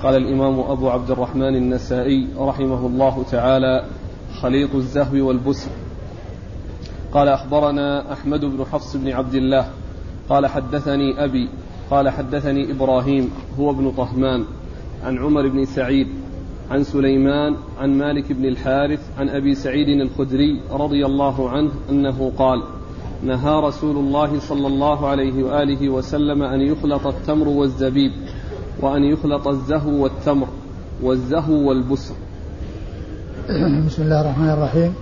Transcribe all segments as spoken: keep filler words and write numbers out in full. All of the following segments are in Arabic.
قال الإمام أبو عبد الرحمن النسائي رحمه الله تعالى: خليط الزهو والبسر. قال أخبرنا أحمد بن حفص بن عبد الله قال حدثني أبي قال حدثني إبراهيم هو ابن طهمان عن عمر بن سعيد عن سليمان عن مالك بن الحارث عن أبي سعيد الخدري رضي الله عنه أنه قال: نهى رسول الله صلى الله عليه وآله وسلم أن يخلط التمر والزبيب وأن يخلط الزهو والتمر والزهو والبسر. بسم الله الرحمن الرحيم.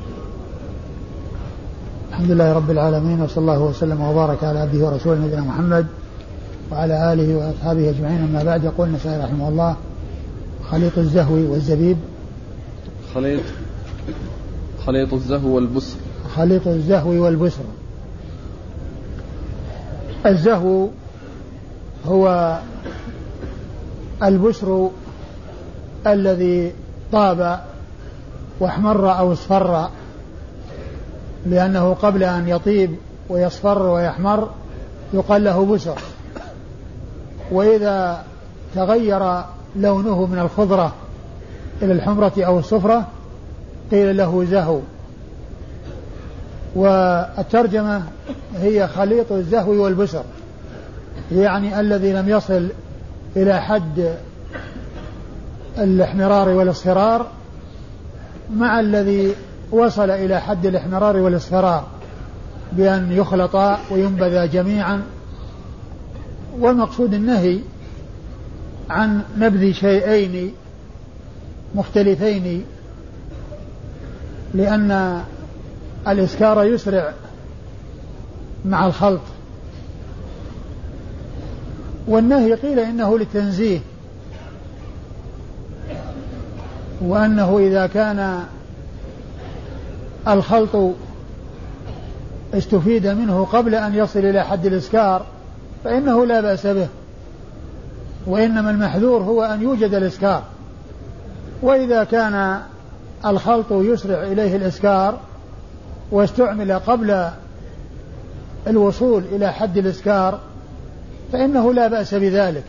الحمد لله رب العالمين، وصلى الله وسلم وبارك على عبده ورسوله نبينا محمد وعلى آله وأصحابه أجمعين. أما بعد، يقول النسائي رحمه الله: خليط الزهو والزبيب. خليط خليط الزهو والبسر. خليط الزهو والبسر. الزهو هو البسر الذي طاب واحمر أو اصفر، لأنه قبل أن يطيب ويصفر ويحمر يقال له بسر، وإذا تغير لونه من الخضرة إلى الحمرة أو الصفرة قيل له زهو. والترجمة هي خليط الزهو والبسر، يعني الذي لم يصل إلى حد الاحمرار والاصفرار مع الذي وصل إلى حد الاحمرار والاصفرار بأن يخلطا وينبذا جميعا. والمقصود النهي عن نبذ شيئين مختلفين، لأن الإسكار يسرع مع الخلط. والنهي قيل إنه للتنزيه، وأنه إذا كان الخلط استفيد منه قبل أن يصل إلى حد الإسكار فإنه لا بأس به، وإنما المحذور هو أن يوجد الإسكار. وإذا كان الخلط يسرع إليه الإسكار واستعمل قبل الوصول إلى حد الإسكار فإنه لا بأس بذلك.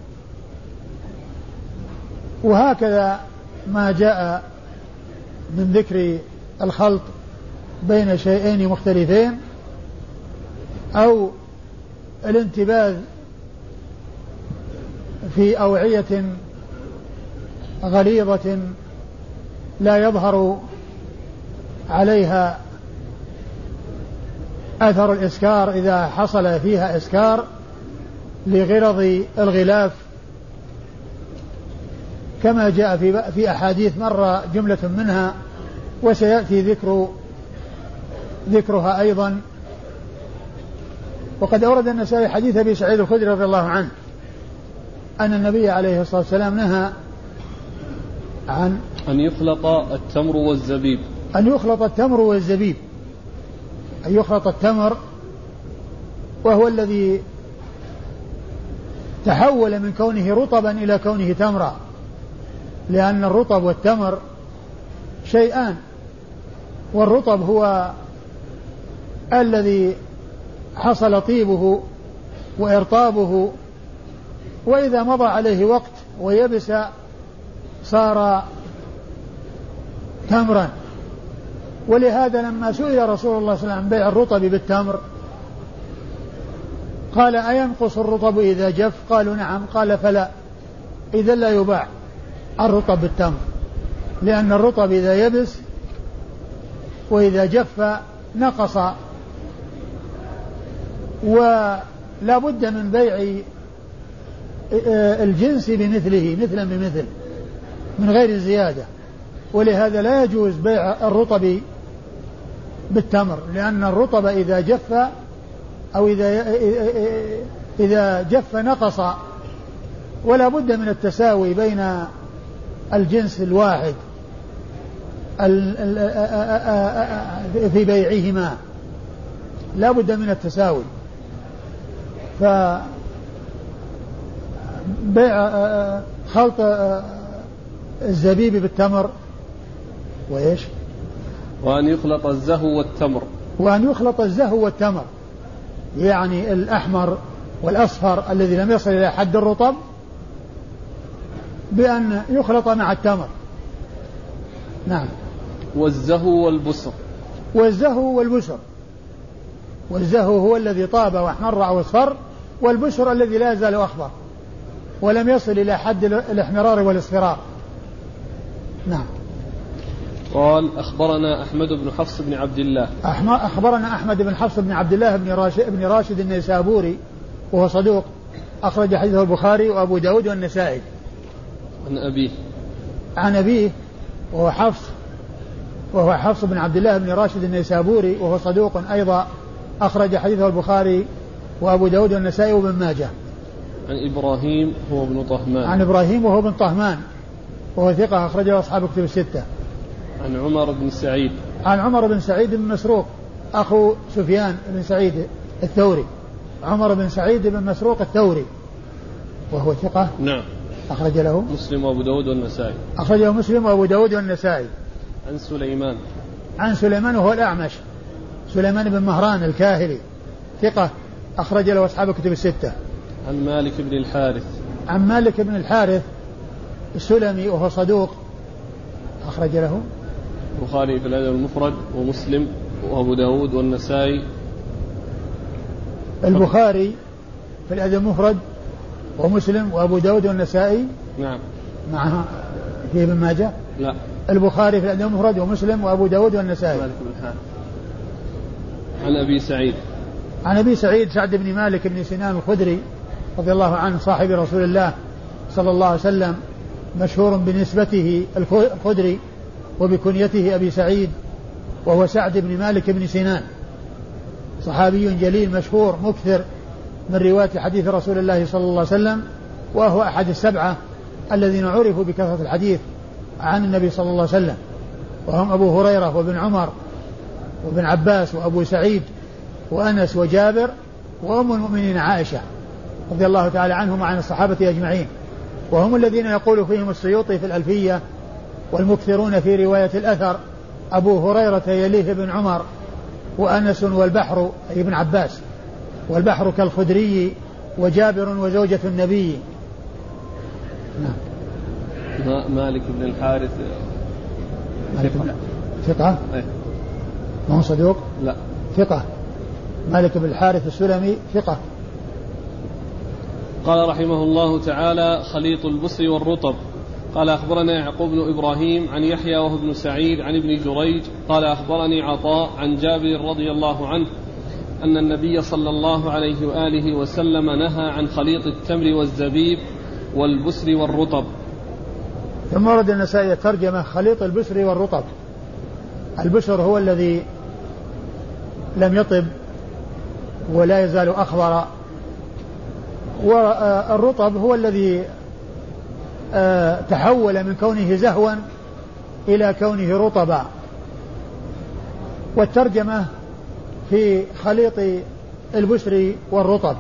وهكذا ما جاء من ذكر الخلط بين شيئين مختلفين أو الانتباذ في أوعية غليظة لا يظهر عليها أثر الإسكار إذا حصل فيها إسكار لغرض الغلاف، كما جاء في في أحاديث مر جملة منها وسيأتي ذكر ذكرها أيضا. وقد أورد النسائي حديث أبي سعيد الخدري رضي الله عنه أن النبي عليه الصلاة والسلام نهى عن أن يخلط التمر والزبيب أن يخلط التمر والزبيب أن يخلط التمر، وهو الذي تحول من كونه رطبا إلى كونه تمرا، لأن الرطب والتمر شيئان. والرطب هو الذي حصل طيبه وإرطابه، وإذا مضى عليه وقت ويبس صار تمرا. ولهذا لما سئل رسول الله صلى الله عليه وسلم عن بيع الرطب بالتمر قال: أينقص الرطب إذا جف؟ قالوا: نعم. قال: فلا، إذا لا يباع الرطب بالتمر، لأن الرطب إذا يبس وإذا جف نقص. ولا بد من بيع الجنس بمثله مثلا بمثل من غير زيادة. ولهذا لا يجوز بيع الرطب بالتمر، لأن الرطب إذا جف أو إذا إذا جف نقص. ولا بد من التساوي بين الجنس الواحد في بيعهما، لا بد من التساوي. فبيع خلط الزبيب بالتمر وإيش وأن يخلط الزهو والتمر وأن يخلط الزهو والتمر، يعني الأحمر والأصفر الذي لم يصل إلى حد الرطب بأن يخلط مع التمر. نعم. والزهو والبسر. والزهو والبسر. والزهو هو الذي طاب واحمر أو اصفر، والبسر الذي لا يزال أخضر ولم يصل إلى حد الاحمرار والاصفرار. نعم. قال أخبرنا أحمد بن حفص بن عبد الله. أخبرنا أحمد بن حفص بن عبد الله بن راشد, بن راشد النيسابوري وهو صدوق أخرج حديثه البخاري وأبو داود والنسائي. عن أبيه. عن أبيه وهو حفص وهو حفص بن عبد الله بن راشد النيسابوري وهو صدوق أيضا أخرج حديثه البخاري وأبو داود والنسائي وابن ماجه. عن إبراهيم هو ابن طهمان. عن إبراهيم وهو ابن طهمان وهو ثقة أخرجه أصحاب كتب الستة. عن عمر بن سعيد. عن عمر بن سعيد بن مسروق أخو سفيان بن سعيد الثوري. عمر بن سعيد بن مسروق الثوري وهو ثقة. نعم. أخرج له مسلم وأبو داود والنسائي. أخرجه مسلم وأبو داود والنسائي. عن سليمان. عن سليمان وهو الأعمش سليمان بن مهران الكاهلي ثقة أخرج له أصحاب كتب الستة. عن مالك بن الحارث. عن مالك بن الحارث السلمي وهو صدوق أخرج له البخاري في الأدب المفرد ومسلم وأبو داود والنسائي. البخاري في الأدب المفرد ومسلم وأبو داود والنسائي. نعم. معها في ابن ماجه. لا. البخاري في الأدب المفرد ومسلم وأبو داود والنسائي. مالك بن الحارث. عن أبي سعيد. عن أبي سعيد سعد بن مالك بن سنان الخدري رضي الله عنه صاحب رسول الله صلى الله عليه وسلم مشهور بنسبته الخدري وبكنيته أبي سعيد وهو سعد بن مالك بن سنان صحابي جليل مشهور مكثر من رواية حديث رسول الله صلى الله عليه وسلم وهو أحد السبعة الذين عرفوا بكثرة الحديث عن النبي صلى الله عليه وسلم وهم أبو هريرة وابن عمر وابن عباس وأبو سعيد وأنس وجابر وأم المؤمنين عائشة رضي الله تعالى عنهم وعن الصحابة أجمعين وهم الذين يقول فيهم السيوطي في الألفية والمكثرون في رواية الأثر أبو هريرة يليه ابن عمر وأنس والبحر أي ابن عباس والبحر كالخدري وجابر وزوجة النبي. نعم. مالك بن الحارث ثقة. ايه. ما هو صدوق؟ لا. ثقة. مالك بن الحارث السلمي ثقة. قال رحمه الله تعالى خليط البصر والرطب. قال أخبرنا يعقوب بن إبراهيم عن يحيى وهو ابن سعيد عن ابن جريج قال أخبرني عطاء عن جابر رضي الله عنه أن النبي صلى الله عليه وآله وسلم نهى عن خليط التمر والزبيب والبسر والرطب. ثم ورد النسائي الترجمة خليط البسر والرطب. البسر هو الذي لم يطب ولا يزال أخضر والرطب هو الذي تحول من كونه زهوا إلى كونه رطبا. والترجمة في خليط البسر والرطب.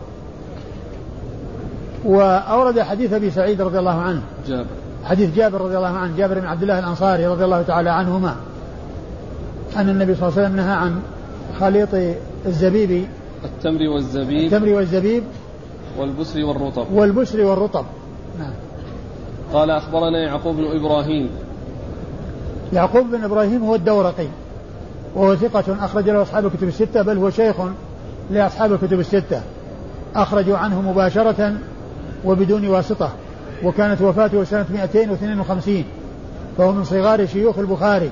وأورد حديث أبي سعيد رضي الله عنه جابر. حديث جابر رضي الله عنه جابر بن عبد الله الأنصاري رضي الله تعالى عنهما أن النبي صلى الله عليه وسلم نهى عن خليط الزبيب التمر والزبيب التمر والزبيب والبسر والرطب والبسر والرطب. نعم. قال أخبرنا يعقوب بن إبراهيم. يعقوب بن إبراهيم هو الدورقي وهو ثقة أخرج له أصحاب الكتب الستة بل هو شيخ لأصحاب الكتب الستة أخرجوا عنه مباشرة وبدون واسطة وكانت وفاته سنة مئتين واثنين وخمسين فهو من صغار شيوخ البخاري.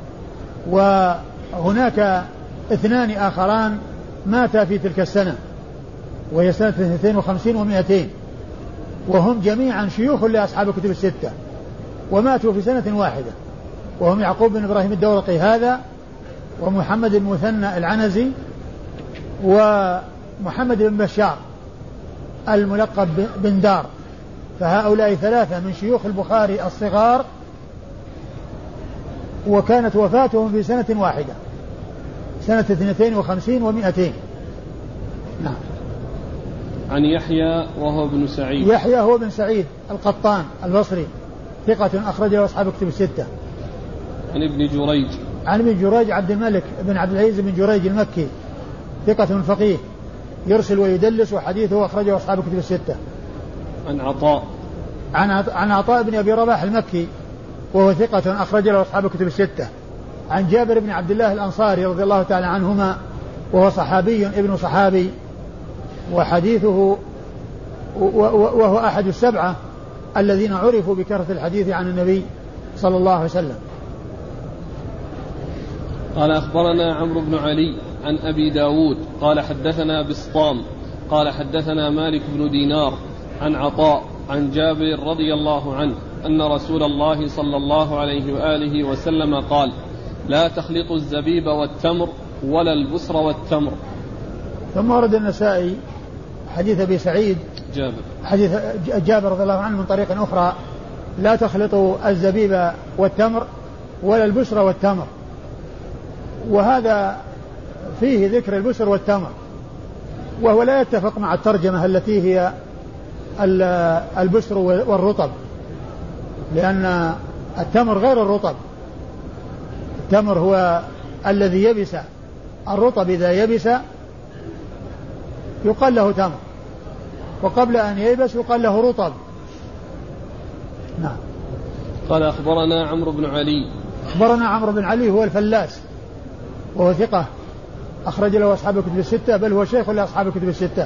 وهناك اثنان آخران ماتا في تلك السنة وهي سنة اثنين وخمسين ومئتين وهم جميعا شيوخ لأصحاب الكتب الستة وماتوا في سنة واحدة وهم يعقوب بن إبراهيم الدورقي هذا ومحمد بن مثنى العنزي ومحمد بن بشار الملقب بن دار. فهؤلاء ثلاثة من شيوخ البخاري الصغار وكانت وفاتهم في سنة واحدة سنة اثنتين وخمسين ومئتين. نعم. عن يحيى وهو ابن سعيد. يحيى هو بن سعيد القطان البصري ثقة أخرج له أصحاب الكتب الستة. عن ابن جريج. عن ابن جريج عبد الملك بن عبد العزيز بن جريج المكي ثقة فقيه يرسل ويدلس وحديثه أخرجه أصحاب الكتب الستة. عن عطاء. عن عن عطاء بن أبي رباح المكي وهو ثقة أخرج له أصحاب الكتب الستة. عن جابر بن عبد الله الأنصاري رضي الله تعالى عنهما وهو صحابي ابن صحابي وحديثه وهو أحد السبعة الذين عرفوا بكثرة الحديث عن النبي صلى الله عليه وسلم. قال أخبرنا عمرو بن علي عن أبي داود قال حدثنا بسطام قال حدثنا مالك بن دينار عن عطاء عن جابر رضي الله عنه أن رسول الله صلى الله عليه وآله وسلم قال لا تخلطوا الزبيب والتمر ولا البسر والتمر. ثم ورد النسائي حديث أبي سعيد جابر حديث جابر رضي الله عنه من طريق أخرى لا تخلطوا الزبيب والتمر ولا البسر والتمر، وهذا فيه ذكر البسر والتمر وهو لا يتفق مع الترجمة التي هي البسر والرطب، لأن التمر غير الرطب. التمر هو الذي يبس، الرطب إذا يبس يقال له تمر، وقبل أن ييبس يقال له رطب. نعم. قال أخبرنا عمرو بن علي أخبرنا عمرو بن علي هو الفلاس وهو ثقة أخرج له أصحاب الكتب الستة، بل هو شيخ لأصحاب الكتب الستة.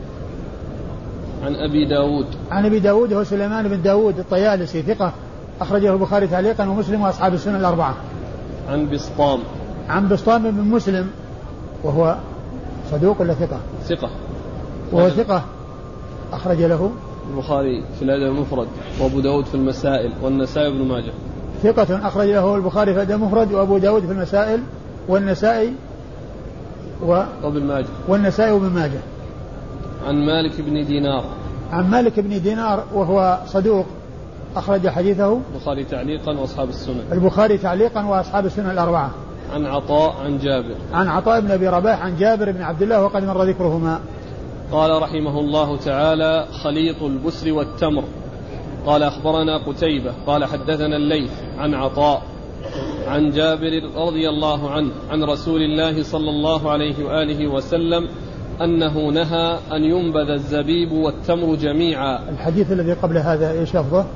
عن أبي داود عن أبي داود هو سليمان بن داود الطيالسي ثقة أخرجه البخاري تعليقا ومسلم وأصحاب السنن الأربعة. عن بسطام عن بسطام بن مسلم وهو صدوق ولا ثقة؟ ثقة وهو ثقة أخرج له البخاري في الأدب المفرد وأبو داود في المسائل والنسائي بن ماجه. ثقة أخرج له البخاري في الأدب المفرد وأبو داود في المسائل والنسائي و... وابن ماجه والنسائي وابن ماجه. عن مالك بن دينار عن مالك بن دينار وهو صدوق أخرج حديثه البخاري تعليقا وأصحاب السنن البخاري تعليقا وأصحاب السنن الأربعة. عن عطاء عن جابر عن عطاء بن أبي رباح عن جابر بن عبد الله وقد مر ذكرهما. قال رحمه الله تعالى خليط البسر والتمر. قال أخبرنا قتيبة قال حدثنا الليث عن عطاء عن جابر رضي الله عنه عن رسول الله صلى الله عليه وآله وسلم أنه نهى أن ينبذ الزبيب والتمر جميعا. الحديث الذي قبل هذا إيش لفظه؟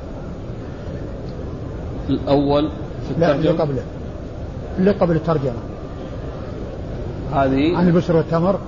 الأول في الترجمة. لا اللي قبله اللي قبل الترجمة هذه عن البسر والتمر.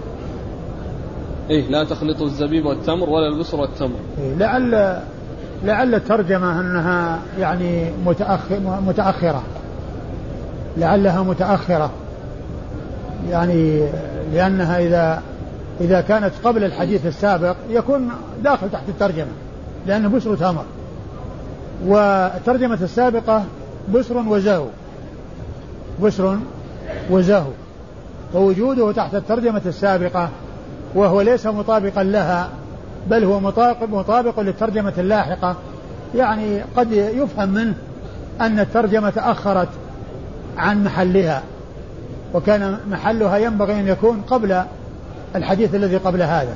إيه لا تخلطوا الزبيب والتمر ولا البسر والتمر. إيه لعل لعل الترجمة أنها يعني متأخر متأخرة لعلها متأخرة يعني لأنها إذا إذا كانت قبل الحديث السابق يكون داخل تحت الترجمة لأنه بسر تمر، والترجمة السابقة بسر وزهو بسر وزهو، ووجوده تحت الترجمة السابقة وهو ليس مطابقا لها بل هو مطابق, مطابق للترجمة اللاحقة، يعني قد يفهم منه أن الترجمة تأخرت عن محلها وكان محلها ينبغي أن يكون قبل الحديث الذي قبل هذا،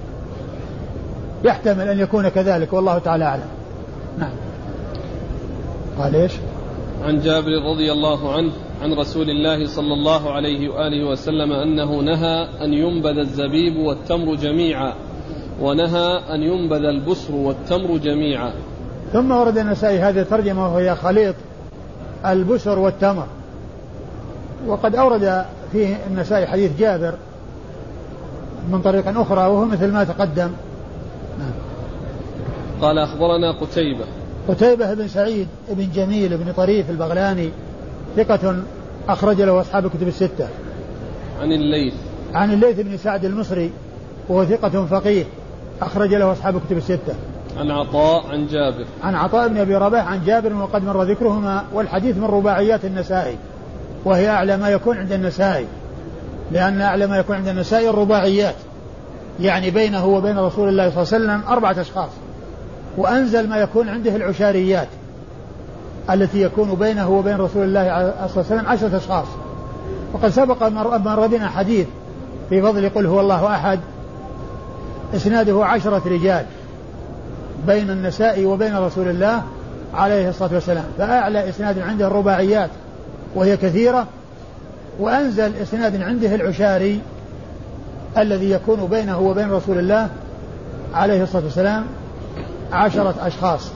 يحتمل أن يكون كذلك والله تعالى أعلم. نعم. قال إيش؟ عن جابر رضي الله عنه عن رسول الله صلى الله عليه وآله وسلم أنه نهى أن ينبذ الزبيب والتمر جميعا ونهى أن ينبذ البسر والتمر جميعا. ثم ورد النسائي هذه الترجمة وهي خليط البسر والتمر، وقد أورد فيه النسائي حديث جابر من طريق أخرى وهو مثل ما تقدم. نعم. قال أخبرنا قتيبة قتيبة بن سعيد بن جميل بن طريف البغلاني ثقة أخرج له أصحاب الكتب الستة. عن الليث عن الليث بن سعد المصري وهو ثقة فقيه أخرج له أصحاب الكتب الستة. عن عطاء عن جابر عن عطاء بن أبي رباح عن جابر وقد مر ذكرهما، والحديث من رباعيات النسائي وهي أعلى ما يكون عند النسائي، لأن أعلى ما يكون عند النسائي الرباعيات، يعني بينه وبين رسول الله صلى الله عليه وسلم أربعة أشخاص، وأنزل ما يكون عنده العشاريات التي يكون بينه وبين رسول الله صلى الله عليه وسلم عشرة أشخاص. وقد سبق مر بنا حديث في فضل قل هو الله أحد إسناده عشرة رجال بين النساء وبين رسول الله عليه الصلاة والسلام، فأعلى إسناد عنده الرباعيات وهي كثيرة، وأنزل إسناد عنده العشاري الذي يكون بينه وبين رسول الله عليه الصلاة والسلام عشرة أشخاص.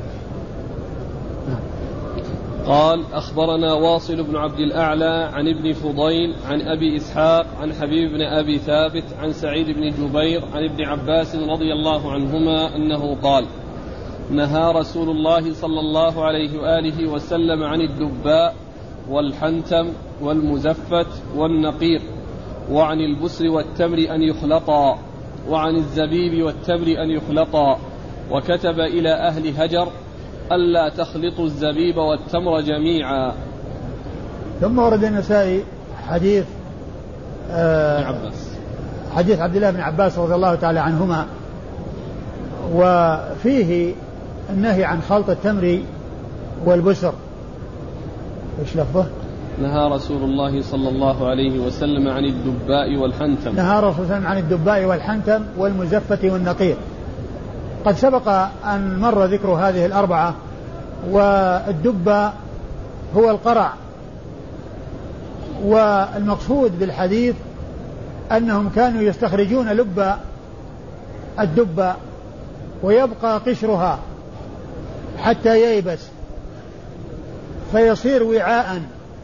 قال أخبرنا واصل بن عبد الأعلى عن ابن فضيل عن أبي إسحاق عن حبيب بن أبي ثابت عن سعيد بن جبير عن ابن عباس رضي الله عنهما أنه قال نهى رسول الله صلى الله عليه وآله وسلم عن الدباء والحنتم والمزفت والنقير وعن البسر والتمر أن يخلطا وعن الزبيب والتمر أن يخلطا وكتب إلى أهل هجر ألا تخلطوا الزبيب والتمر جميعا. ثم ورد النسائي حديث آه عباس حديث عبد الله بن عباس رضي الله تعالى عنهما، وفيه النهي عن خلط التمر والبسر. ايش لفظه؟ نهى رسول الله صلى الله عليه وسلم عن الدباء والحنتم. نهى رسول الله صلى الله عليه وسلم عن الدباء والحنتم والمزفة والنقير. قد سبق أن مر ذكر هذه الأربعة. والدباء هو القرع، والمقصود بالحديث أنهم كانوا يستخرجون لب الدباء ويبقى قشرها حتى ييبس فيصير وعاء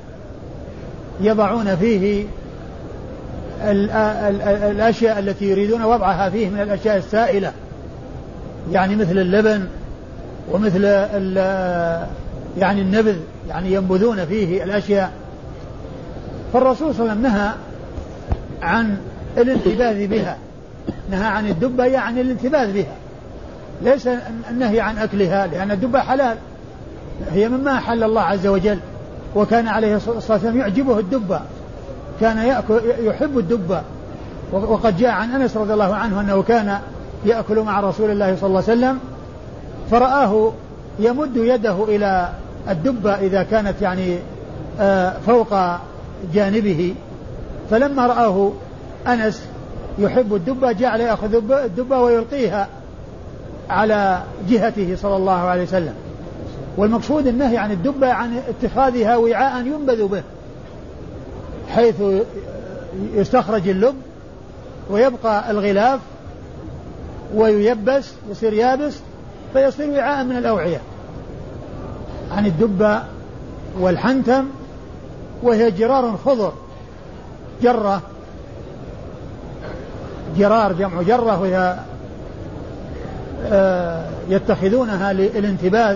يضعون فيه ال ال ال الأشياء التي يريدون وضعها فيه من الأشياء السائلة، يعني مثل اللبن ومثل يعني النبذ، يعني ينبذون فيه الأشياء. فالرسول صلى الله عليه وسلم نهى عن الانتباذ بها، نهى عن الدبة يعني الانتباذ بها، ليس النهي عن أكلها، لأن الدبة حلال، هي مما أحل الله عز وجل. وكان عليه الصلاة والسلام يعجبه الدبة، كان يأكل يحب الدبة. وقد جاء عن أنس رضي الله عنه أنه كان يأكل مع رسول الله صلى الله عليه وسلم، فرآه يمد يده إلى الدبة إذا كانت يعني فوق جانبه، فلما رآه أنس يحب الدبة جعل يأخذ الدبة ويلقيها على جهته صلى الله عليه وسلم. والمقصود النهي عن الدبة عن اتخاذها وعاء ينبذ به، حيث يستخرج اللب ويبقى الغلاف وييبس يصير يابس فيصير وعاء من الأوعية. عن الدبة والحنتم، وهي جرار خضر، جرة، جرار جمع جرة، وهي آه يتخذونها للانتباذ.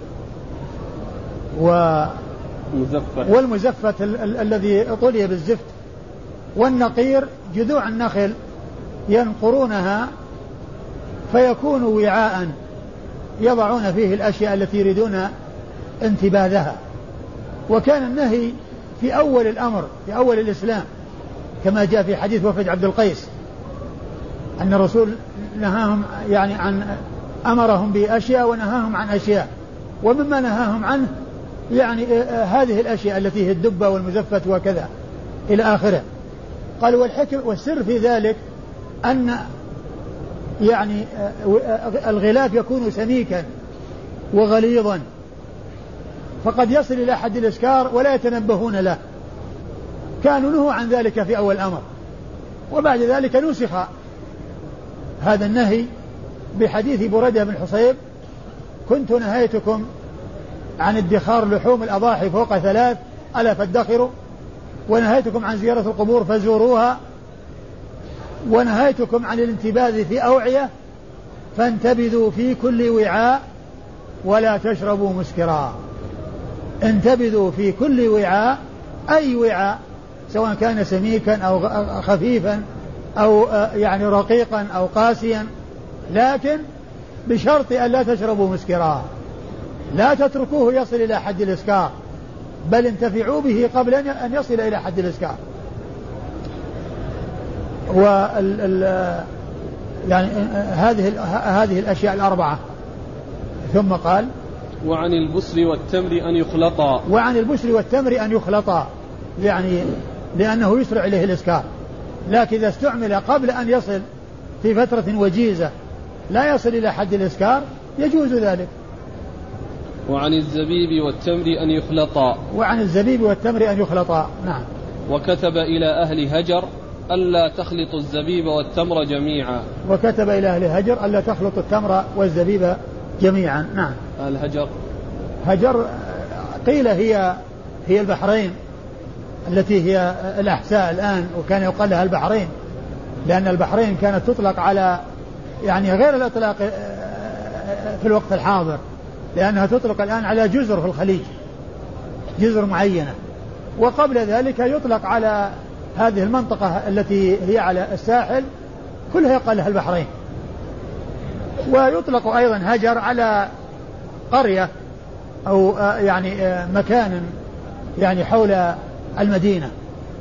و والمزفت ال- ال- الذي طلي بالزفت. والنقير جذوع النخل ينقرونها فيكون وعاء يضعون فيه الأشياء التي يريدون انتباذها. وكان النهي في أول الأمر، في أول الإسلام، كما جاء في حديث وفد عبد القيس أن الرسول نهاهم يعني عن أمرهم بأشياء ونهاهم عن أشياء، ومما نهاهم عنه يعني هذه الأشياء التي هي الدبة والمزفت وكذا إلى آخره. قال والحكم والسر في ذلك أن يعني الغلاف يكون سميكا وغليظا، فقد يصل إلى حد الإسكار ولا يتنبهون له. كانوا نهوا عن ذلك في أول الأمر، وبعد ذلك نسخ هذا النهي بحديث بريدة بن حصيب: كنت نهيتكم عن ادخار لحوم الأضاحي فوق ثلاث ألا فادخروا، ونهيتكم عن زيارة القبور فزوروها، ونهيتكم عن الانتباذ في أوعية فانتبذوا في كل وعاء ولا تشربوا مسكرا. انتبذوا في كل وعاء، أي وعاء، سواء كان سميكا أو خفيفا أو يعني رقيقا أو قاسيا، لكن بشرط أن لا تشربوا مسكرا، لا تتركوه يصل إلى حد الإسكار، بل انتفعوا به قبل أن يصل إلى حد الإسكار. وال يعني هذه هذه الأشياء الأربعة. ثم قال: وعن البسر والتمر أن يخلطا. وعن البسر والتمر أن يخلطا، يعني لأنه يسرع إليه الإسكار، لكن إذا استعمل قبل أن يصل في فترة وجيزة لا يصل إلى حد الإسكار يجوز ذلك. وعن الزبيب والتمر أن يخلطا. وعن الزبيب والتمر أن يخلطا. نعم. وكتب إلى أهل هجر ألا تخلطوا الزبيب والتمر جميعا. وكتب إلى أهل هجر ألا تخلطوا التمر والزبيب جميعا. نعم. الهجر هجر قيل هي هي البحرين التي هي الأحساء الآن، وكان يقال لها البحرين لأن البحرين كانت تطلق على يعني غير الإطلاق في الوقت الحاضر، لأنها تطلق الآن على جزر في الخليج، جزر معينة، وقبل ذلك يطلق على هذه المنطقة التي هي على الساحل كلها يقال لها البحرين. ويطلق أيضا هجر على قرية أو يعني مكان يعني حول المدينة،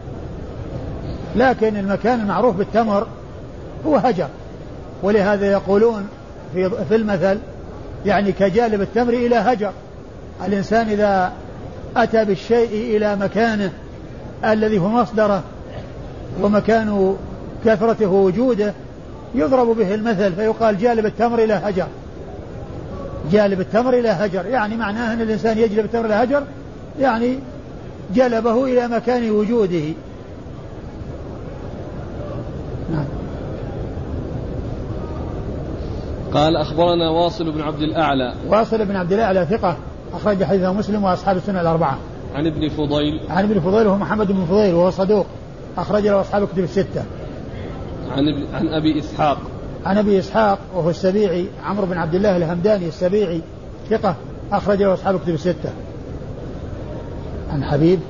لكن المكان المعروف بالتمر هو هجر، ولهذا يقولون في في المثل يعني كجالب التمر إلى هجر. الإنسان إذا أتى بالشيء إلى مكانه الذي هو مصدره ومكان كثرته وجوده يضرب به المثل، فيقال جالب التمر إلى هجر، جالب التمر إلى هجر، يعني معناه أن الإنسان يجلب التمر إلى هجر يعني جلبه إلى مكان وجوده. نعم. قال أخبرنا واصل بن عبد الأعلى. واصل بن عبد الأعلى ثقة أخرج حديثه مسلم وأصحاب السنة الأربعة. عن ابن فضيل. عن ابن فضيل وهو محمد بن فضيل وهو صدوق أخرج له أصحاب الكتب الستة. عن عن أبي إسحاق. عن أبي إسحاق وهو السبيعي عمرو بن عبد الله الهمداني السبيعي ثقة أخرج له أصحاب الكتب الستة. عن حبيب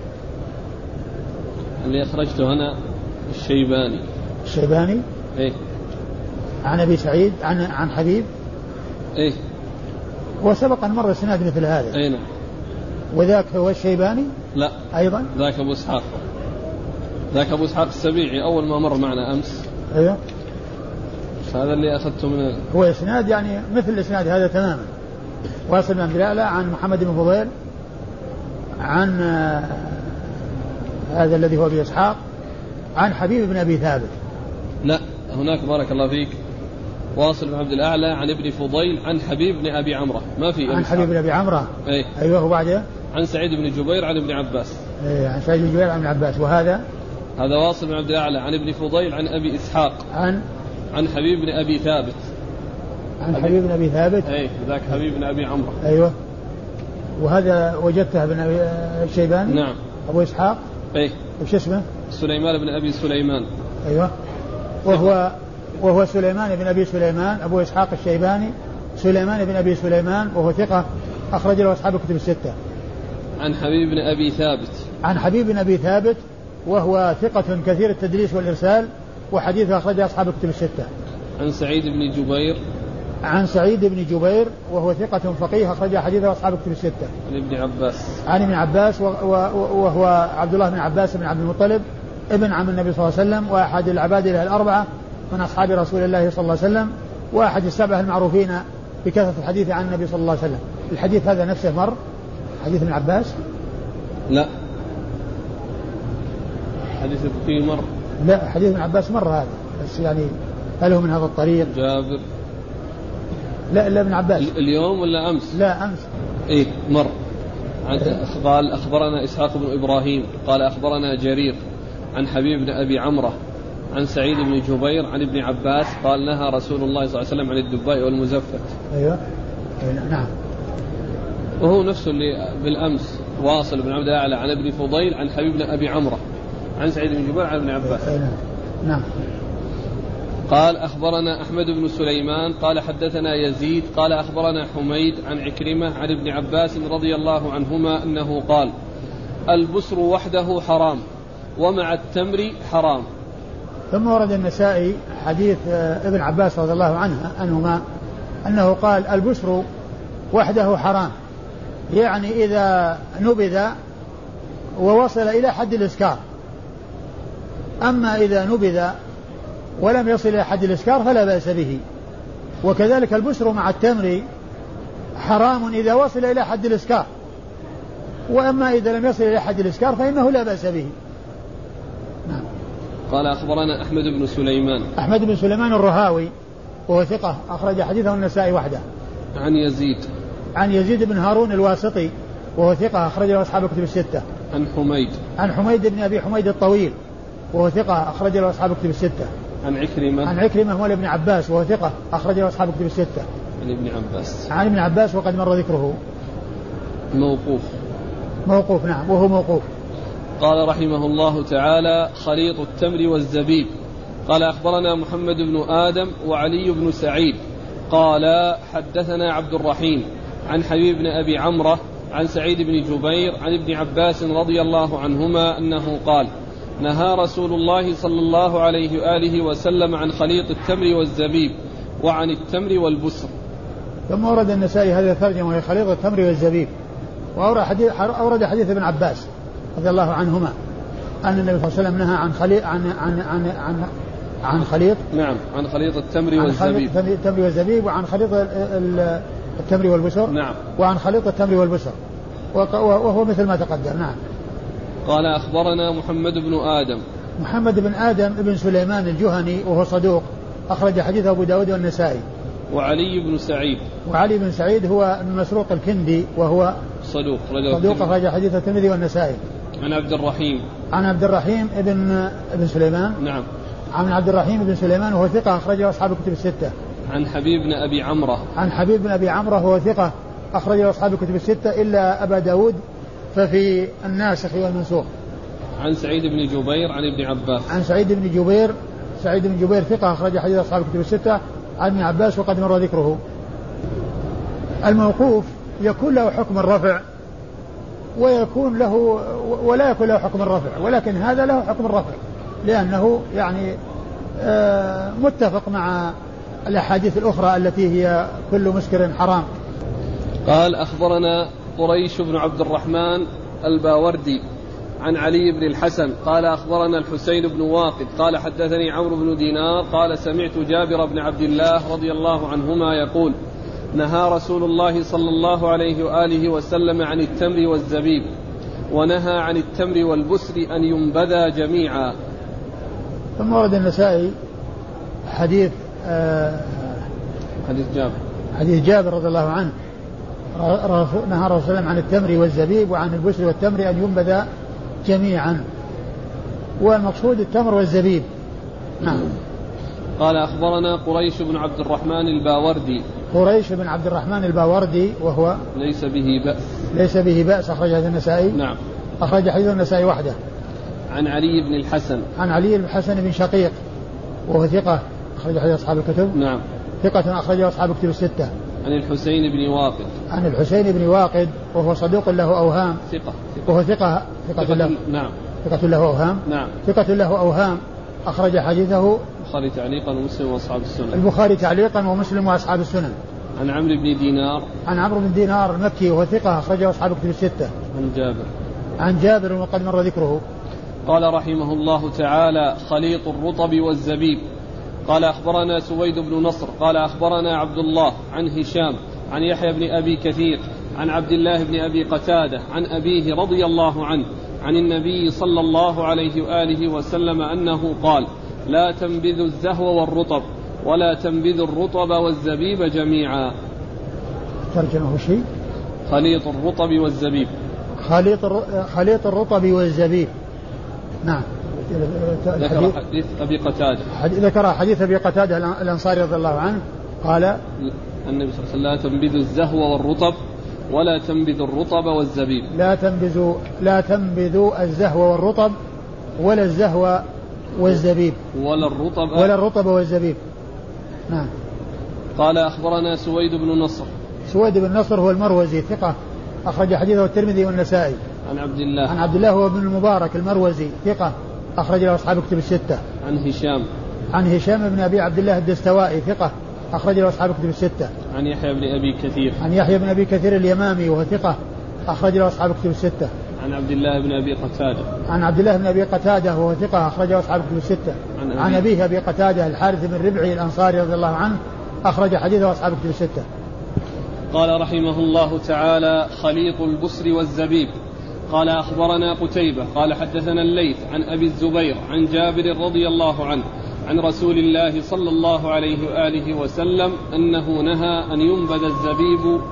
اللي أخرجته هنا الشيباني. الشيباني إيه. عن أبي سعيد عن عن حبيب إيه. وسبق أن مر سناد مثل هذا. أي نعم. وذاك هو الشيباني. لا أيضا ذاك أبو إسحاق، ذاك أبو إسحاق السبيعي أول ما مر معنا أمس. أيوه. هذا اللي أخذته من هو إسناد يعني مثل الإسناد هذا تماما. واصل بن بلالة عن محمد بن فضيل عن هذا الذي هو أبي إسحاق عن حبيب بن أبي ثابت. لا هناك بارك الله فيك واصل بن عبد الأعلى عن ابن فضيل عن حبيب بن أبي عمرة، ما في عن حبيب بن أبي عمرة. أي. أيوه. وبعده عن سعيد بن جبير عن ابن عباس. أي عن سعيد بن جبير عن ابن عباس. وهذا هذا واصل بن عبد الأعلى عن ابن فضيل عن أبي إسحاق عن عن حبيب بن أبي ثابت. عن حبيب بن أبي ثابت. أي ذاك حبيب بن أبي عمرة. أيوه. وهذا وجدته بن أبي الشيباني. نعم. أبو إسحاق. أي. وش اسمه؟ سليمان بن أبي سليمان. أيوه. وهو وهو سليمان بن أبي سليمان أبو إسحاق الشيباني سليمان بن أبي سليمان وهو ثقة أخرج له أصحاب الكتب الستة. عن حبيب بن أبي ثابت. عن حبيب بن أبي ثابت وهو ثقة كثير التدليس والإرسال وحديثه أخرج أصحاب الكتب الستة. عن سعيد بن جبير. عن سعيد بن جبير وهو ثقة فقيه أخرج حديثه أصحاب الكتب الستة. عن ابن عباس. عن ابن عباس وهو عبد الله بن عباس بن عبد المطلب ابن عم النبي صلى الله عليه وسلم وأحد العبادلة الأربعة من أصحاب رسول الله صلى الله عليه وسلم وأحد السبعة المعروفين بكثرة الحديث عن النبي صلى الله عليه وسلم. الحديث هذا نفسه مر حديث ابن عباس؟ لا حديث فيه مر. لا حديث ابن عباس مر هذا بس يعني هل هو من هذا الطريق؟ جابر. لا لا ابن عباس. اليوم ولا أمس؟ لا أمس. إيه مر. قال أخبرنا إسحاق بن إبراهيم قال أخبرنا جرير عن حبيب بن أبي عمرة عن سعيد بن جبير عن ابن عباس قال نهى رسول الله صلى الله عليه وسلم عن الدباء والمزفت. أيوة. نعم. وهو نفسه اللي بالأمس واصل بن عبد الأعلى عن ابن فضيل عن حبيب بن أبي عمرة عن سعيد بن جبير عن ابن عباس. نعم. قال أخبرنا أحمد بن سليمان قال حدثنا يزيد قال أخبرنا حميد عن عكرمة عن ابن عباس رضي الله عنهما أنه قال البسر وحده حرام ومع التمر حرام. ثم ورد النسائي حديث ابن عباس رضي الله عنه عنهما أنه قال البسر وحده حرام، يعني إذا نبذ ووصل إلى حد الإسكار، أما إذا نبذ ولم يصل إلى حد الإسكار فلا بأس به. وكذلك البسر مع التمر حرام إذا وصل إلى حد الإسكار، وأما إذا لم يصل إلى حد الإسكار فإنه لا بأس به. نعم. قال أخبرنا أحمد بن سليمان. أحمد بن سليمان الرهاوي وهو ثقة أخرج حديثه النسائي وحده. عن يزيد. عن يزيد بن هارون الواسطي وهو ثقة أخرج له أصحاب الكتب الستة. عن حميد. عن حميد بن أبي حميد الطويل وهو ثقة أخرج له أصحاب الكتب الستة. عن عكرمة. عن عكرمة مولى ابن عباس وهو ثقة أخرج له أصحاب الكتب الستة. عن ابن عباس. عن ابن عباس وقد مر ذكره. موقوف. موقوف نعم وهو موقوف. قال رحمه الله تعالى: خليط التمر والزبيب. قال أخبرنا محمد بن آدم وعلي بن سعيد قال حدثنا عبد الرحيم عن حبيب بن أبي عمرة عن سعيد بن جبير عن ابن عباس رضي الله عنهما أنه قال: نهى رسول الله صلى الله عليه وآله وسلم عن خليط التمر والزبيب وعن التمر والبسر. ثم ورد النسائي هذا الترجمة وهي خليط التمر والزبيب، وأورد حديث, أورد حديث ابن عباس رضي الله عنهما أن النبي صلى الله عليه وسلم نهى عن خليط عن عن عن عن, عن خليط نعم عن خليط التمر والزبيب عن خليط التمر والزبيب وعن خليط التمر والبسر نعم وعن خليط التمر والبسر وهو مثل ما تقدم. نعم. قال أخبرنا محمد بن آدم. محمد بن آدم ابن سليمان الجهني وهو صدوق أخرج حديث أبو داود والنسائي. وعلي بن سعيد. وعلي بن سعيد هو من مسروق الكندي وهو صدوق صدوق أخرج حديث الترمذي والنسائي. عن عبد الرحيم. عن عبد الرحيم ابن ابن سليمان. نعم. عن عبد الرحيم بن سليمان وهو ثقة أخرجه أصحاب الكتب الستة. عن حبيب بن أبي عمرة. عن حبيب بن أبي عمرة وهو ثقة أخرجه أصحاب الكتب الستة إلا أبا داود ففي الناسخ والمنسوخ. عن سعيد بن جبير عن ابن عباس. عن سعيد بن جبير سعيد بن جبير ثقة أخرج حديث أصحاب الكتب الستة عن ابن عباس وقد مر ذكره. الموقوف يكون له حكم الرفع ويكون له ولا يكون له حكم الرفع، ولكن هذا له حكم الرفع لأنه يعني متفق مع الأحاديث الأخرى التي هي كل مسكر حرام. قال أخبرنا قريش بن عبد الرحمن الباوردي عن علي بن الحسن قال أخبرنا الحسين بن واقد قال حدثني عمرو بن دينار قال سمعت جابر بن عبد الله رضي الله عنهما يقول: نهى رسول الله صلى الله عليه وآله وسلم عن التمر والزبيب ونهى عن التمر والبسر أن ينبذا جميعا. ثم ورد النسائي حديث آه حديث جابر حديث جابر رضي الله عنه نهى رسول الله عن التمر والزبيب وعن البسر والتمر أن ينبذا جميعا، والمقصود التمر والزبيب. نعم. قال أخبرنا قريش بن عبد الرحمن الباوردي. قريش بن عبد الرحمن الباوردي وهو ليس به بأس. ليس به بأس أخرج هذا النسائي. نعم. أخرج حديث النسائي وحده. عن علي بن الحسن. عن علي بن الحسن بن شقيق وهو ثقة أخرج حديث أصحاب الكتب. نعم. ثقة أخرج أصحاب الكتب الستة. عن الحسين بن واقد. عن الحسين بن واقد وهو صدوق له أوهام. ثقة. وهو ثقة ثقة, ثقة له. نعم. ثقة له أوهام. نعم. ثقة له أوهام أخرج حديثه البخاري تعليقا ومسلم وأصحاب السنن. البخاري تعليقا ومسلم وأصحاب السنن. عن عمرو بن دينار. عن عمرو بن دينار المكي وهو ثقة أخرجه أصحاب الكتب الستة. عن جابر. عن جابر وقد مر ذكره. قال رحمه الله تعالى: خليط الرطب والزبيب. قال أخبرنا سويد بن نصر قال أخبرنا عبد الله عن هشام عن يحيى بن أبي كثير عن عبد الله بن أبي قتادة عن أبيه رضي الله عنه عن النبي صلى الله عليه وآله وسلم أنه قال: لا تنبذوا الزهو والرطب ولا تنبذوا الرطب والزبيب جميعا. ترجمه شيء؟ خليط الرطب والزبيب. خليط خليط الرطب والزبيب. نعم. ذكر حديث أبي قتادة. ذكر حديث أبي قتادة الأنصاري رضي الله عنه قال: النبي صلى الله عليه وسلم: لا تنبذوا الزهو والرطب ولا تنبذوا الرطب والزبيب. لا تنبذوا لا تنبذوا الزهو والرطب ولا الزهو والزبيب ولا الرطب ولا الرطب والزبيب. نعم. قال أخبرنا سويد بن نصر. سويد بن نصر هو المروزي ثقة أخرج حديثه الترمذي والنسائي. عن عبد الله. عن عبد الله هو بن المبارك المروزي ثقة أخرج له أصحاب الكتب الستة. عن هشام. عن هشام بن أبي عبد الله الدستوائي ثقة أخرج له أصحاب الكتب الستة. عن يحيى بن أبي كثير. عن يحيى بن أبي كثير اليمامي وهو ثقة أخرج له أصحاب الكتب الستة. عن عبد الله بن أبي قتادة. عن عبد الله بن أبي قتادة وهو ثقة أخرج له أصحاب الكتب الستة. عن, عن أبيه أبي قتادة الحارث بن ربعي الأنصاري رضي الله عنه أخرج حديثه أصحاب الكتب الستة. قال رحمه الله تعالى: خليط البسر والزبيب. قال أخبرنا قتيبة قال حدثنا الليث عن أبي الزبير عن جابر رضي الله عنه عن رسول الله صلى الله عليه وآله وسلم أنه نهى أن ينبذ الزبيب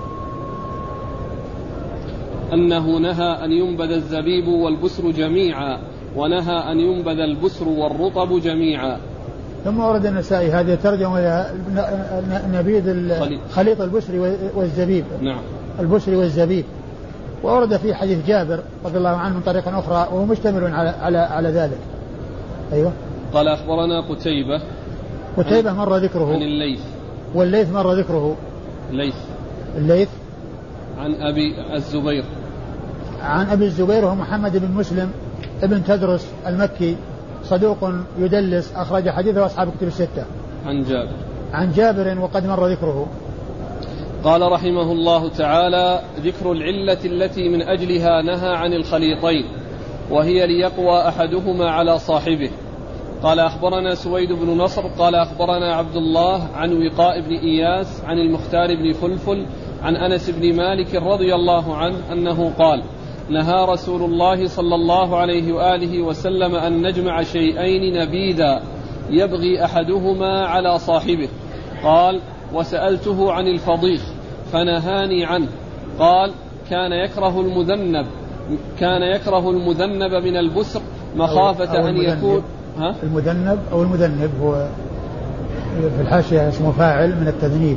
أنه نهى أن ينبذ الزبيب والبسر جميعا ونهى أن ينبذ البسر والرطب جميعا. ثم ورد النسائي هذه الترجمة وهي نبيذ خليط البسر والزبيب. نعم. البسر والزبيب. وورد في حديث جابر رضي الله عنه من طريق أخرى وهو مشتمل على على على ذلك. أيوه. قال أخبرنا قتيبة. قتيبة مر ذكره. عن الليث. والليث مر ذكره. الليث. الليث. عن أبي الزبير. عن أبي الزبير وهو محمد بن مسلم ابن تدرس المكي صدوق يدلس أخرج حديثه أصحاب كتب الستة. عن جابر. عن جابر وقد مر ذكره. قال رحمه الله تعالى: ذكر العلة التي من أجلها نهى عن الخليطين وهي ليقوى أحدهما على صاحبه. قال أخبرنا سويد بن نصر قال أخبرنا عبد الله عن وقاء بن إياس عن المختار بن فلفل عن أنس بن مالك رضي الله عنه أنه قال: نهى رسول الله صلى الله عليه وآله وسلم أن نجمع شيئين نبيذا يبغي أحدهما على صاحبه. قال: وسألته عن الفضيخ فنهاني عنه. قال: كان يكره المذنب كان يكره المذنب من البسر مخافة أو أو أن يكون ها؟ المذنب أو المذنب هو في الحاشية اسمه فاعل من التذنيب.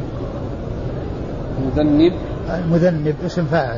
مذنب المذنب اسم فاعل.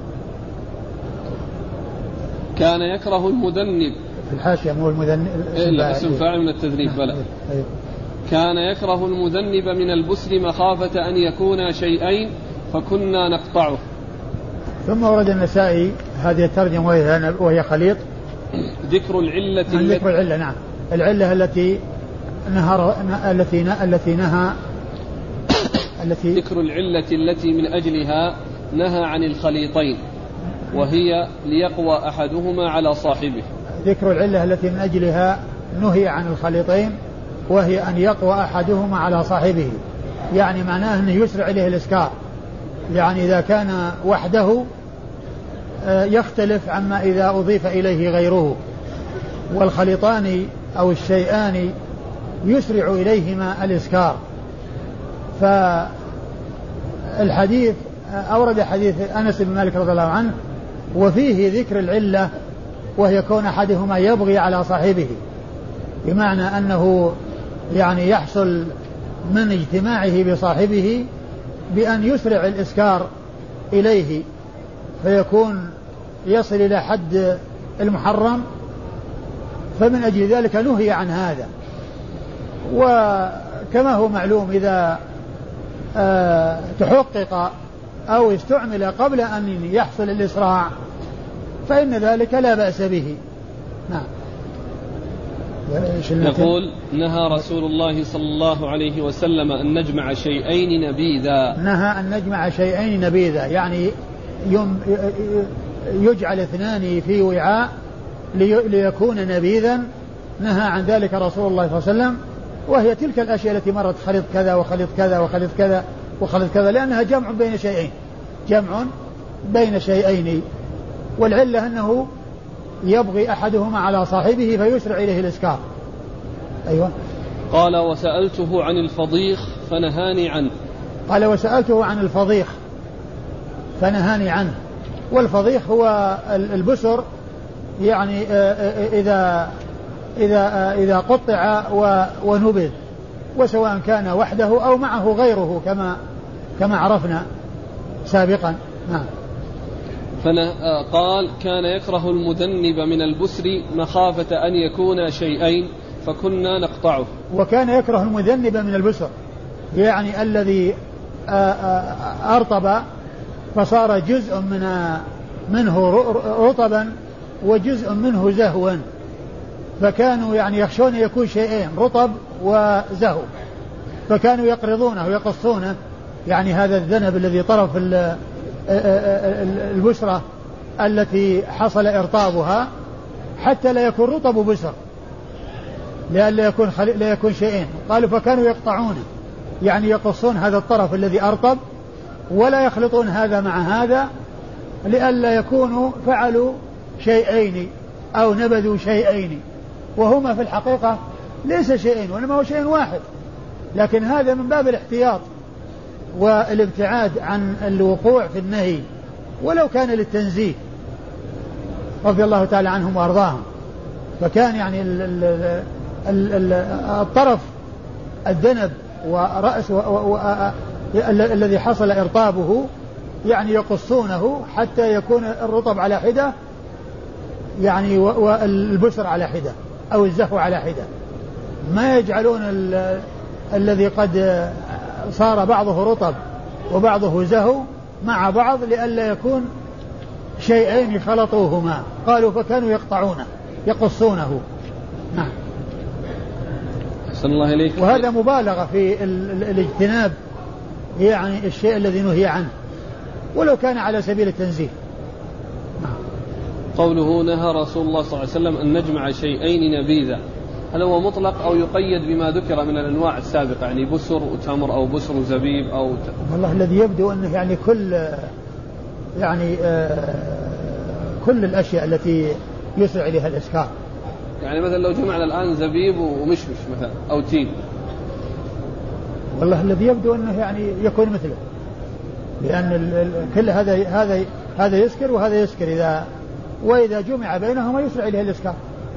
كان يكره المذنب في الحاشية مو المذنب اسم, إيه اسم فاعل من التذنيب. بلى. أيه. كان يكره المذنب من البسر مخافة أن يكون شيئين فكنا نقطعه. ثم ورد النسائي هذه الترجمة وهي خليط. ذكر العلة التي ذكر العلة. نعم. العلة التي نهى التي التي نهى التي ذكر العلة التي من أجلها نهى عن الخليطين وهي ليقوى أحدهما على صاحبه. ذكر العلة التي من أجلها نهي عن الخليطين وهي أن يقوى أحدهما على صاحبه، يعني معناه أنه يسرع إليه الإسكار، يعني إذا كان وحده يختلف عما إذا أضيف إليه غيره. والخليطان أو الشيئان يسرع إليهما الإسكار. فالحديث أورد حديث أنس بن مالك رضي الله عنه وفيه ذكر العلة وهي كون أحدهما يبغي على صاحبه، بمعنى أنه يعني يحصل من اجتماعه بصاحبه بأن يسرع الإسكار إليه فيكون يصل إلى حد المحرم، فمن أجل ذلك نهي عن هذا. وكما هو معلوم إذا آه تحقق أو استعمل قبل أن يحصل الإسراع فإن ذلك لا بأس به. نعم. يقول: نهى رسول الله صلى الله عليه وسلم أن نجمع شيئين نبيذا. نهى أن نجمع شيئين نبيذا، يعني يجعل اثنان في وعاء ليكون نبيذا. نهى عن ذلك رسول الله صلى الله عليه وسلم، وهي تلك الأشياء التي مرت خلط كذا وخلط كذا وخلط كذا وخلط كذا، لأنها جمع بين شيئين جمع بين شيئين والعلة أنه يبغي أحدهما على صاحبه فيسرع إليه الإسكار. أيوة. قال: وسألته عن الفضيخ فنهاني عنه. قال: وسألته عن الفضيخ فنهاني عنه. والفضيخ هو البسر، يعني إذا إذا إذا قطع ونبذ، وسواء كان وحده أو معه غيره كما كما عرفنا سابقا. نعم. قال: كان يكره المذنب من البسر مخافة أن يكون شيئين فكنا نقطعه. وكان يكره المذنب من البسر، يعني الذي أرطب فصار جزء من منه رطبا وجزء منه زهوا، فكانوا يعني يخشون يكون شيئين رطب وزهو، فكانوا يقرضونه ويقصونه، يعني هذا الذنب الذي طرف البشرة التي حصل إرطابها حتى لا يكون رطب بشر، لأن لا يكون خلي... لا يكون شيئين. قالوا فكانوا يقطعونه، يعني يقصون هذا الطرف الذي أرطب ولا يخلطون هذا مع هذا لئلا يكونوا فعلوا شيئين أو نبذوا شيئين، وهما في الحقيقة ليس شيئين وإنما هو شيء واحد، لكن هذا من باب الاحتياط والابتعاد عن الوقوع في النهي ولو كان للتنزيه رضي الله تعالى عنهم وأرضاهم. فكان يعني ال ال ال ال الطرف الذنب ورأس و... و... و... الذي حصل إرطابه يعني يقصونه حتى يكون الرطب على حدة يعني والبسر على حدة أو الزهو على حدة، ما يجعلون ال... الذي قد صار بعضه رطب وبعضه زهو مع بعض لئلا يكون شيئين خلطوهما. قالوا فكانوا يقطعونه يقصونه. نعم. أحسن الله إليك. وهذا مبالغة في الاجتناب يعني الشيء الذي نهي عنه ولو كان على سبيل التنزيه. نعم. قوله نهى رسول الله صلى الله عليه وسلم أن نجمع شيئين نبيذا، هل هو مطلق أو يقيد بما ذكر من الأنواع السابقة يعني بسر وتمر أو بسر وزبيب أو ت... والله الذي يبدو أنه يعني كل يعني آه كل الأشياء التي يسرع إليها الإسكار. يعني مثلا لو جمعنا الآن زبيب ومشمش مثلا أو تين، والله الذي يبدو أنه يعني يكون مثله، لأن ال ال كل هذا هذا هذا يسكر وهذا يسكر إذا وإذا جمع بينهما يسرع إليها الإسكار.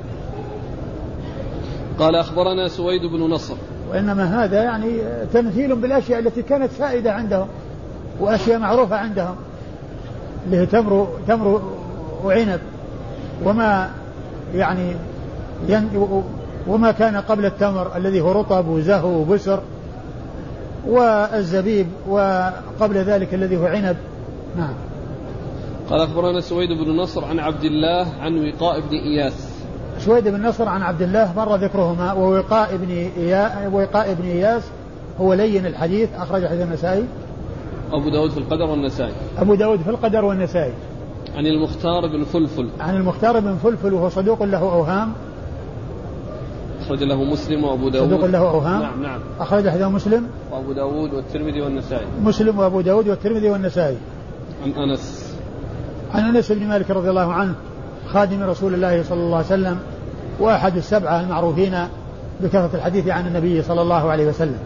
قال أخبرنا سويد بن نصر. وإنما هذا يعني تمثيل بالأشياء التي كانت فائدة عندهم وأشياء معروفة عندهم اللي هي تمر تمر وعنب وما يعني وما كان قبل التمر الذي هو رطب وزهو وبسر، والزبيب وقبل ذلك الذي هو عنب. نعم. قال أخبرنا سويد بن نصر عن عبد الله عن وقاء بن إياس. سويد بن نصر عن عبد الله مر ذكرهما، ووقاء بن إياس وقاء بن إياس هو لين الحديث أخرج حديث النسائي أبو داود في القدر والنسائي. أبو داود في القدر والنسائي. عن المختار بن فلفل. عن المختار بن فلفل وهو صدوق له أوهام أخرج له مسلم وأبو داود. صدوق له أوهام. نعم نعم. أخرج له مسلم وأبو داود والترمذي والنسائي. مسلم وأبو داود والترمذي والنسائي. عن أنس. عن أنس بن مالك رضي الله عنه خادم رسول الله صلى الله عليه وسلم وأحد السبعة المعروفين بكثرة الحديث عن النبي صلى الله عليه وسلم.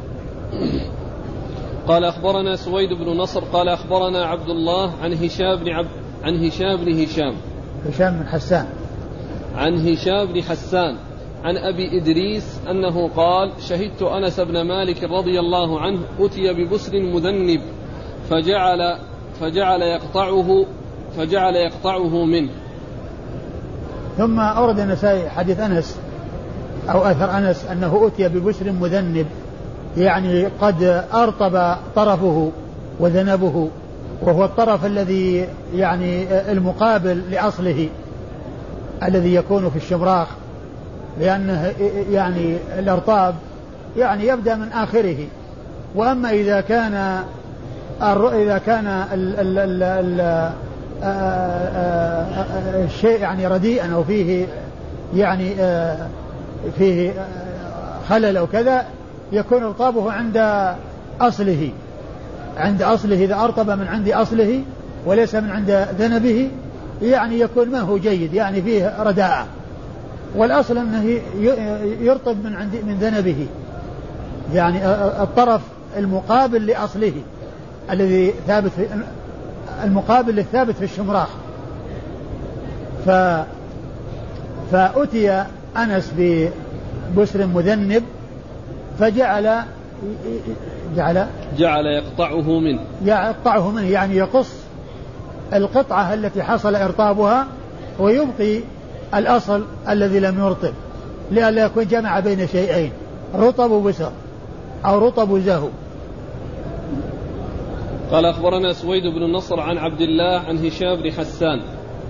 قال أخبرنا سويد بن نصر قال أخبرنا عبد الله عن هشام بن عبد عن هشام بن هشام هشام بن حسان عن هشام بن حسان عن أبي إدريس أنه قال شهدت أنس بن مالك رضي الله عنه أتي ببسر مذنب فجعل فجعل يقطعه فجعل يقطعه منه. ثم أورد النسائي حديث أنس أو أثر أنس أنه أتي ببسر مذنب يعني قد أرطب طرفه وذنبه، وهو الطرف الذي يعني المقابل لأصله الذي يكون في الشمراخ، لأنه يعني الأرطاب يعني يبدأ من آخره. وأما إذا كان إذا كان ال ال ال ال الشيء يعني رديئا أو فيه يعني فيه خلل أو كذا يكون إرطابه عند أصله عند أصله إذا أرطب من عند أصله وليس من عند ذنبه يعني يكون ما هو جيد، يعني فيه رداءة. والأصل أنه يرطب من عند من ذنبه يعني الطرف المقابل لأصله الذي ثابت في المقابل للثابت في الشمراخ. ف فأتي أنس ببسر مذنب فجعل جعل جعل يقطعه منه يقطعه منه يعني يقص القطعة التي حصل إرطابها ويبقي الأصل الذي لم يرطب لئلا يكون جمع بين شيئين رطب وبسر أو رطب وزهو. قال أخبرنا سويد بن النصر عن عبد الله عن هشام بن حسان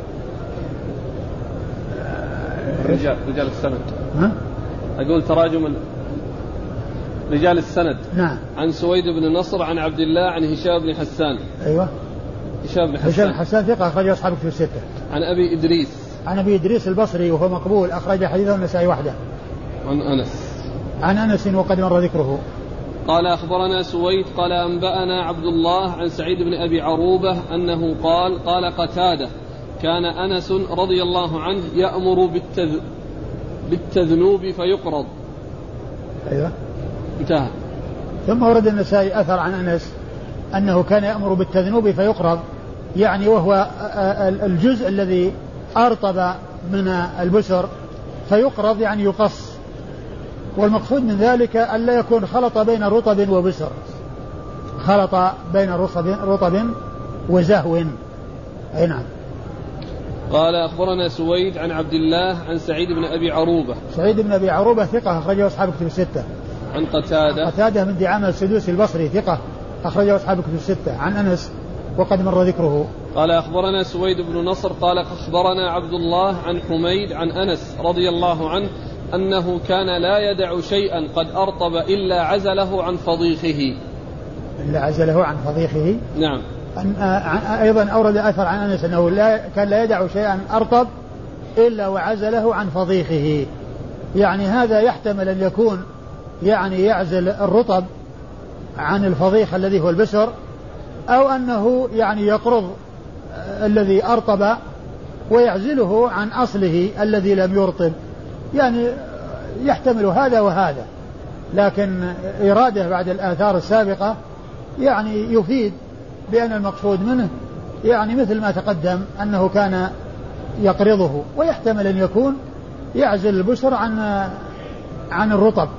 رجال رجال السند. ها؟ أقول تراجم رجال السند. نعم. عن سويد بن النصر عن عبد الله عن هشام بن حسان. أيوة. هشام بن حسان. هشام بن حسان ثقة أخرج أصحاب في الستة. عن أبي إدريس. عن أبي إدريس البصري وهو مقبول أخرج حديثه النسائي وحده. عن أنس. عن أنس وقد مر ذكره. قال أخبرنا سويد قال أنبأنا عبد الله عن سعيد بن أبي عروبة أنه قال قال قتادة كان أنس رضي الله عنه يأمر بالتذ... بالتذنوب فيقرض. أيوة. انتهى. ثم ورد النسائي أثر عن أنس أنه كان يأمر بالتذنوب فيقرض يعني وهو الجزء الذي أرطب من البسر فيقرض يعني يقص والمقصود من ذلك أن لا يكون خلط بين رطب وبسر، خلط بين رطب وزهو. أي نعم. قال أخبرنا سويد عن عبد الله عن سعيد بن أبي عروبة. سعيد بن أبي عروبة ثقة أخرجه أصحاب كتب الستة. عن قتادة. قتادة من دعامة السدوسي البصري ثقة أخرجه أصحاب كتب الستة. عن أنس وقد مر ذكره. قال أخبرنا سويد بن نصر قال أخبرنا عبد الله عن حميد عن أنس رضي الله عنه أنه كان لا يدع شيئا قد أرطب إلا عزله عن فضيخه. إلا عزله عن فضيخه. نعم. أيضا أورد أثر عن أنس أنه لا كان لا يدع شيئا أرطب إلا وعزله عن فضيخه. يعني هذا يحتمل أن يكون يعني يعزل الرطب عن الفضيخ الذي هو البسر، أو أنه يعني يقرض الذي أرطب ويعزله عن أصله الذي لم يرطب، يعني يحتمل هذا وهذا، لكن إرادة بعد الآثار السابقة يعني يفيد بأن المقصود منه يعني مثل ما تقدم أنه كان يقرضه، ويحتمل أن يكون يعزل البسر عن عن الرطب.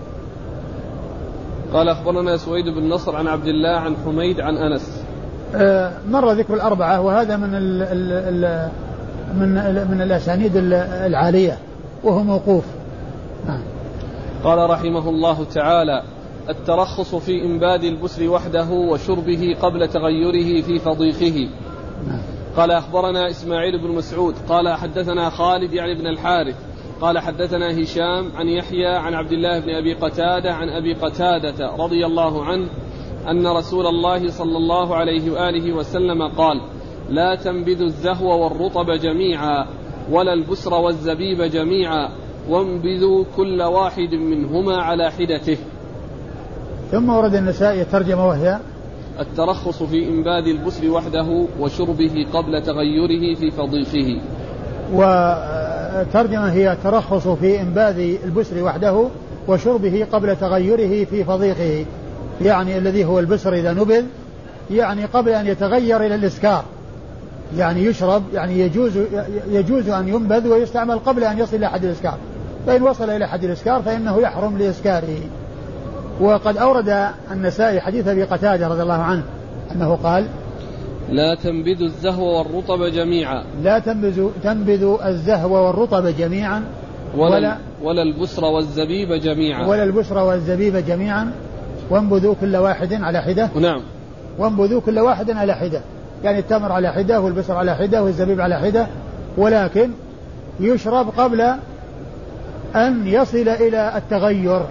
قال أخبرنا سويد بن نصر عن عبد الله عن حميد عن أنس. آه مر ذكر الأربعة، وهذا من ال ال ال من ال من الأسانيد العالية وهو موقوف. آه. قال رحمه الله تعالى: الترخص في إنباد البسر وحده وشربه قبل تغيره في فضيخه. آه. قال أخبرنا إسماعيل بن مسعود قال حدثنا خالد يعني بن الحارث قال حدثنا هشام عن يحيى عن عبد الله بن أبي قتادة عن أبي قتادة رضي الله عنه أن رسول الله صلى الله عليه وآله وسلم قال: لا تنبذوا الزهو والرطب جميعا ولا البسر والزبيب جميعا وانبذوا كل واحد منهما على حدته. ثم ورد النسائي ترجمة وهي: الترخص في إنباد البسر وحده وشربه قبل تغيره في فضيخه. وترجمة هي: الترخص في إنباد البسر وحده وشربه قبل تغيره في فضيخه، يعني الذي هو البسر إذا نبذ يعني قبل أن يتغير إلى الإسكار، يعني يشرب، يعني يجوز يجوز أن ينبذ ويستعمل قبل أن يصل إلى حد الإسكار، فإن وصل إلى حد الإسكار فإنه يحرم لإسكاره. وقد أورد النسائي حديث أبي قتادة رضي الله عنه أنه قال: لا تنبذوا الزهو والرطب جميعا. لا تنبذوا تنبذوا الزهو والرطب جميعا ولا, ولا, ولا البسر والزبيب جميعا ولا البسر والزبيب جميعا وانبذوا كل واحد على حدة. نعم. وانبذوا كل واحد على حدة، يعني التمر على حدة والبسر على حدة والزبيب على حدة، ولكن يشرب قبل أن يصل إلى التغير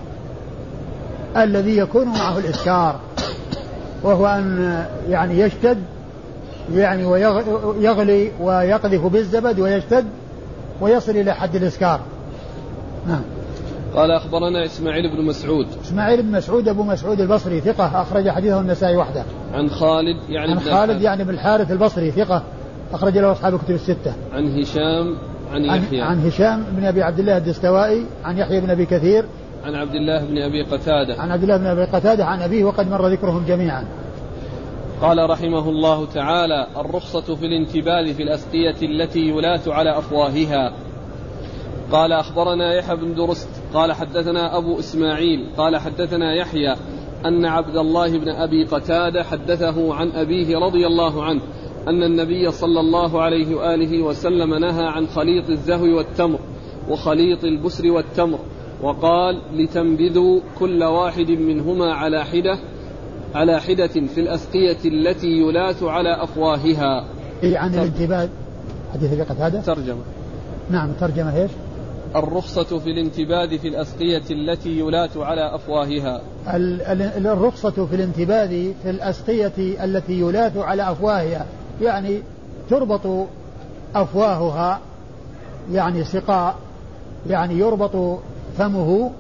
الذي يكون معه الإسكار، وهو أن يعني يشتد يعني ويغلي ويقذف بالزبد ويشتد ويصل إلى حد الإسكار. نعم. قال أخبرنا إسماعيل بن مسعود. إسماعيل بن مسعود أبو مسعود البصري ثقة أخرج حديثه النسائي وحده. عن خالد يعني عن خالد يعني بن الحارث البصري ثقة أخرج له أصحاب الكتب الستة. عن هشام عن يحيى عن, عن هشام بن أبي عبد الله الدستوائي عن يحيى بن أبي كثير عن عبد الله بن أبي قتادة عن عبد الله بن أبي قتادة عن أبيه وقد مر ذكرهم جميعا. قال رحمه الله تعالى: الرخصة في الانتباذ في الأسقية التي يلات على أفواهها. قال أخبرنا يحيى بن درست قال حدثنا أبو إسماعيل قال حدثنا يحيى أن عبد الله بن أبي قتادة حدثه عن أبيه رضي الله عنه أن النبي صلى الله عليه وآله وسلم نهى عن خليط الزهو والتمر وخليط البسر والتمر، وقال: لتنبذوا كل واحد منهما على حدة على حدة في الأسقية التي يلات على أفواهها. إيه عن الانتباذ حديث أبي قتادة ترجمة. نعم ترجمة إيش؟ الرخصة في الانتباذ في الأسقية التي يلات على أفواهها. الرخصة في الانتباذ في الأسقية التي يلات على أفواهها، يعني تربط أفواهها، يعني سقاء، يعني يربط فمه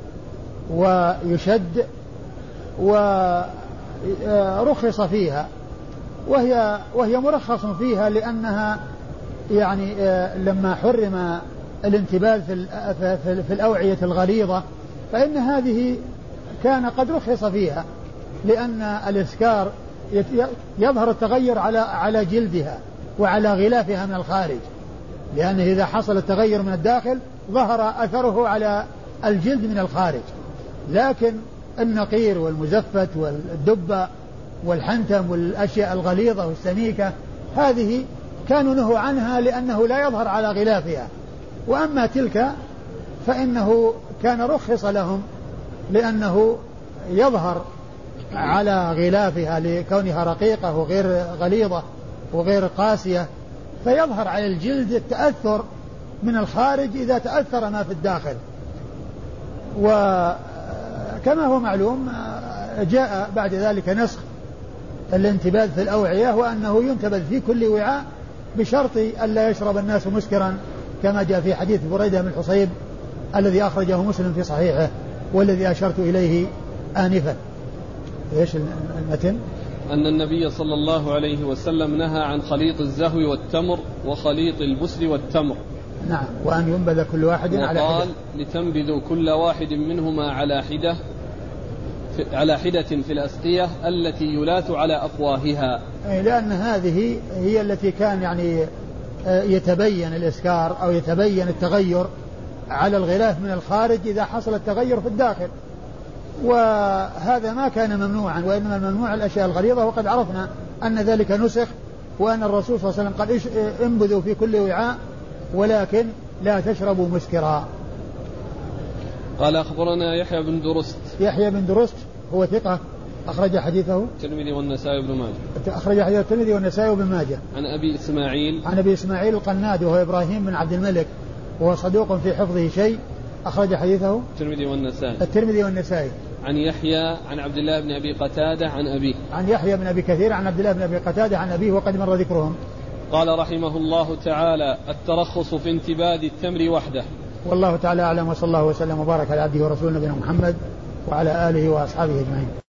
ويشد ورخص فيها، وهي وهي مرخص فيها لأنها يعني لما حرم الانتباذ في في الأوعية الغليظة فإن هذه كان قد رخص فيها، لأن الإسكار يظهر التغير على على جلدها وعلى غلافها من الخارج، لأنه إذا حصل التغير من الداخل ظهر أثره على الجلد من الخارج. لكن النقير والمزفت والدبة والحنتم والأشياء الغليظة والسميكة هذه كانوا نهوا عنها لأنه لا يظهر على غلافها. وأما تلك فإنه كان رخص لهم لأنه يظهر على غلافها لكونها رقيقة وغير غليظة وغير قاسية، فيظهر على الجلد التأثر من الخارج إذا تأثر ما في الداخل. وكما هو معلوم جاء بعد ذلك نسخ الانتباذ في الأوعية، وأنه ينتبذ في كل وعاء بشرط ألا يشرب الناس مسكرا، كما جاء في حديث بريدة بن الحصيب الذي أخرجه مسلم في صحيحه والذي أشرت إليه آنفا. إيش المتن؟ أن النبي صلى الله عليه وسلم نهى عن خليط الزهو والتمر وخليط البسل والتمر. نعم، وأن ينبذ كل واحد على حدة. وقال لتنبذوا كل واحد منهما على حدة على حدة في الأسقية التي يلاث على أفواهها، لأن هذه هي التي كان يعني يتبين الإسكار أو يتبين التغير على الغلاف من الخارج إذا حصل التغير في الداخل. وهذا ما كان ممنوعا، وإنما الممنوع الأشياء الغليظة، وقد عرفنا أن ذلك نسخ، وأن الرسول صلى الله عليه وسلم قال انبذوا في كل وعاء ولكن لا تشربوا مسكرا. قال أخبرنا يحيى بن درست. يحيى بن درست هو ثقة أخرج حديثه الترمذي والنسائي بن ماجه. أخرج حديث الترمذي والنسائي بن ماجه. عن أبي إسماعيل. عن أبي إسماعيل القناد وهو إبراهيم بن عبد الملك، وهو صدوق في حفظه شيء، أخرج حديثه الترمذي والنسائي. الترمذي والنسائي. عن يحيى عن عبد الله بن أبي قتادة عن أبيه. عن يحيى بن أبي كثير عن عبد الله بن أبي قتادة عن أبيه، وقد مر ذكرهم. قال رحمه الله تعالى: الترخص في انتباد التمر وحده. والله تعالى أعلم، وصلى الله وسلم وبارك على عبده ورسوله نبينا محمد وعلى آله وأصحابه أجمعين.